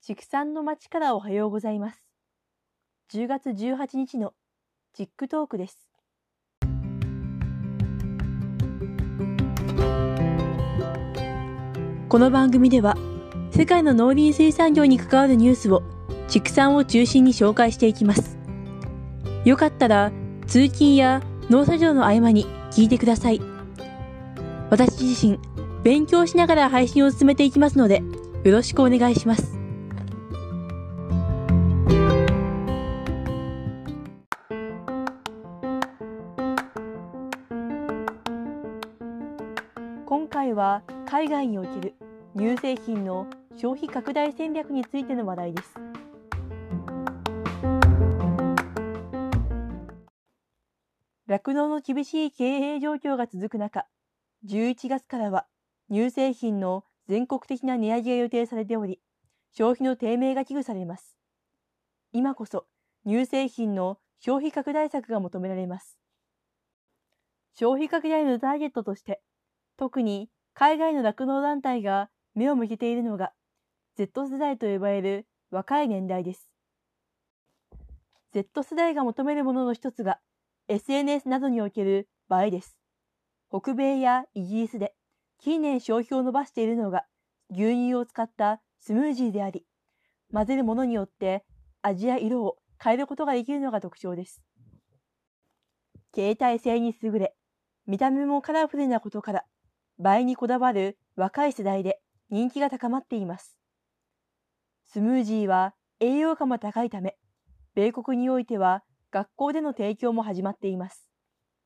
畜産の町からおはようございます。10月18日のチックトークです。この番組では、世界の農林水産業に関わるニュースを畜産を中心に紹介していきます。よかったら通勤や農作業の合間に聞いてください。私自身、勉強しながら配信を進めていきますので、よろしくお願いします。今回は海外における乳製品の消費拡大戦略についての話題です。酪農の厳しい経営状況が続く中、11月からは乳製品の全国的な値上げが予定されており、消費の低迷が危惧されます。今こそ乳製品の消費拡大策が求められます。消費拡大のターゲットとして、特に海外の酪農団体が目を向けているのが Z 世代と呼ばれる若い年代です。Z 世代が求めるものの一つが SNS などにおける映えです。北米やイギリスで近年消費を伸ばしているのが牛乳を使ったスムージーであり、混ぜるものによって味や色を変えることができるのが特徴です。携帯性に優れ、見た目もカラフルなことから、映えにこだわる若い世代で人気が高まっています。スムージーは栄養価も高いため、米国においては学校での提供も始まっています。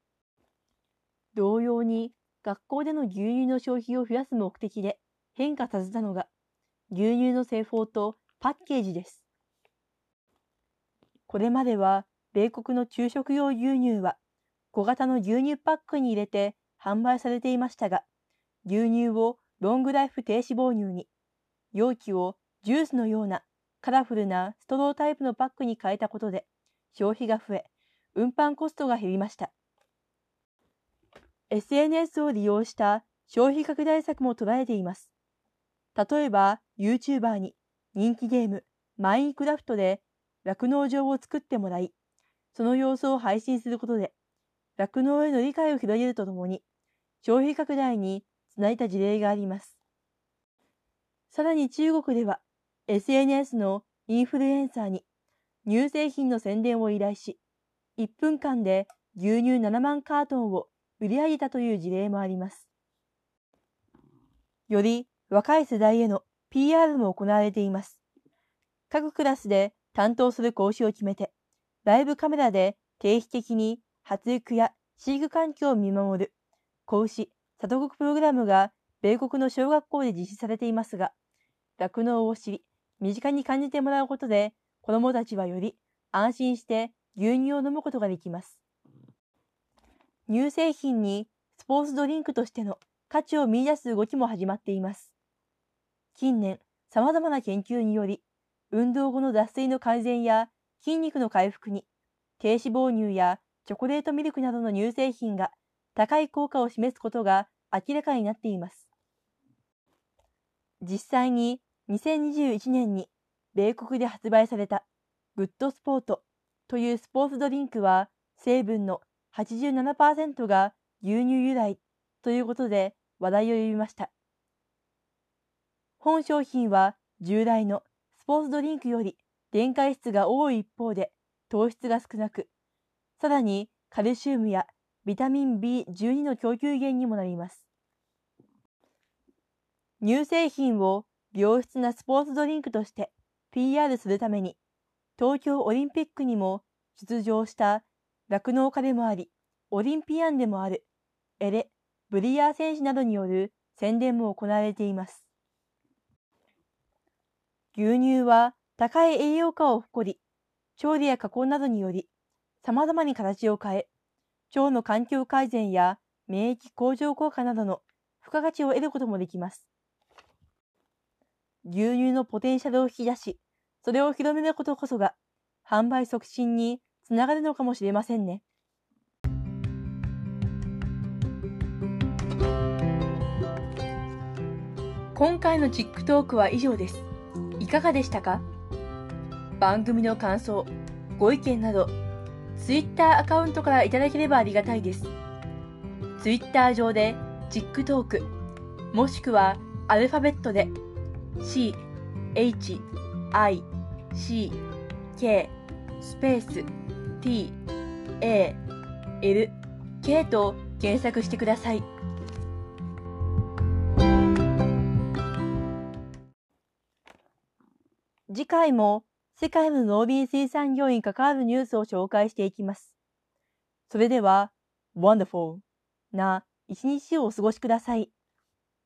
同様に学校での牛乳の消費を増やす目的で変化させたのが牛乳の製法とパッケージです。これまでは米国の昼食用牛乳は小型の牛乳パックに入れて販売されていましたが、牛乳をロングライフ低脂肪乳に、容器をジュースのようなカラフルなストロータイプのパックに変えたことで消費が増え、運搬コストが減りました。SNS を利用した消費拡大策も捉えています。例えば YouTuber に人気ゲームマインクラフトで酪農場を作ってもらい、その様子を配信することで酪農への理解を広げるとともに消費拡大につなげた事例があります。さらに中国では SNS のインフルエンサーに乳製品の宣伝を依頼し、1分間で牛乳7万カートンを売り上げたという事例もあります。より若い世代への PR も行われています。各クラスで担当する講師を決めて、ライブカメラで定期的に発育や飼育環境を見守る子牛里国プログラムが米国の小学校で実施されていますが、酪農を知り、身近に感じてもらうことで、子どもたちはより安心して牛乳を飲むことができます。乳製品にスポーツドリンクとしての価値を見出す動きも始まっています。近年、様々な研究により、運動後の脱水の改善や筋肉の回復に、低脂肪乳やチョコレートミルクなどの乳製品が高い効果を示すことが明らかになっています。実際に2021年に米国で発売されたグッドスポートというスポーツドリンクは成分の 87% が牛乳由来ということで話題を呼びました。本商品は従来のスポーツドリンクより電解質が多い一方で糖質が少なく、さらにカルシウムやビタミン B12 の供給源にもなります。乳製品を良質なスポーツドリンクとして PR するために、東京オリンピックにも出場した酪農家でもあり、オリンピアンでもあるエレ・ブリアー選手などによる宣伝も行われています。牛乳は高い栄養価を誇り、調理や加工などにより様々に形を変え、腸の環境改善や免疫向上効果などの付加価値を得ることもできます。牛乳のポテンシャルを引き出し、それを広めることこそが販売促進につながるのかもしれませんね。今回のチックトークは以上です。いかがでしたか？番組の感想、ご意見など、Twitter アカウントからいただければありがたいです。Twitter 上でチックトーク、もしくはアルファベットで CHICK スペース TALK と検索してください。次回も世界の農林水産業に関わるニュースを紹介していきます。それでは、Wonderful な一日をお過ごしください。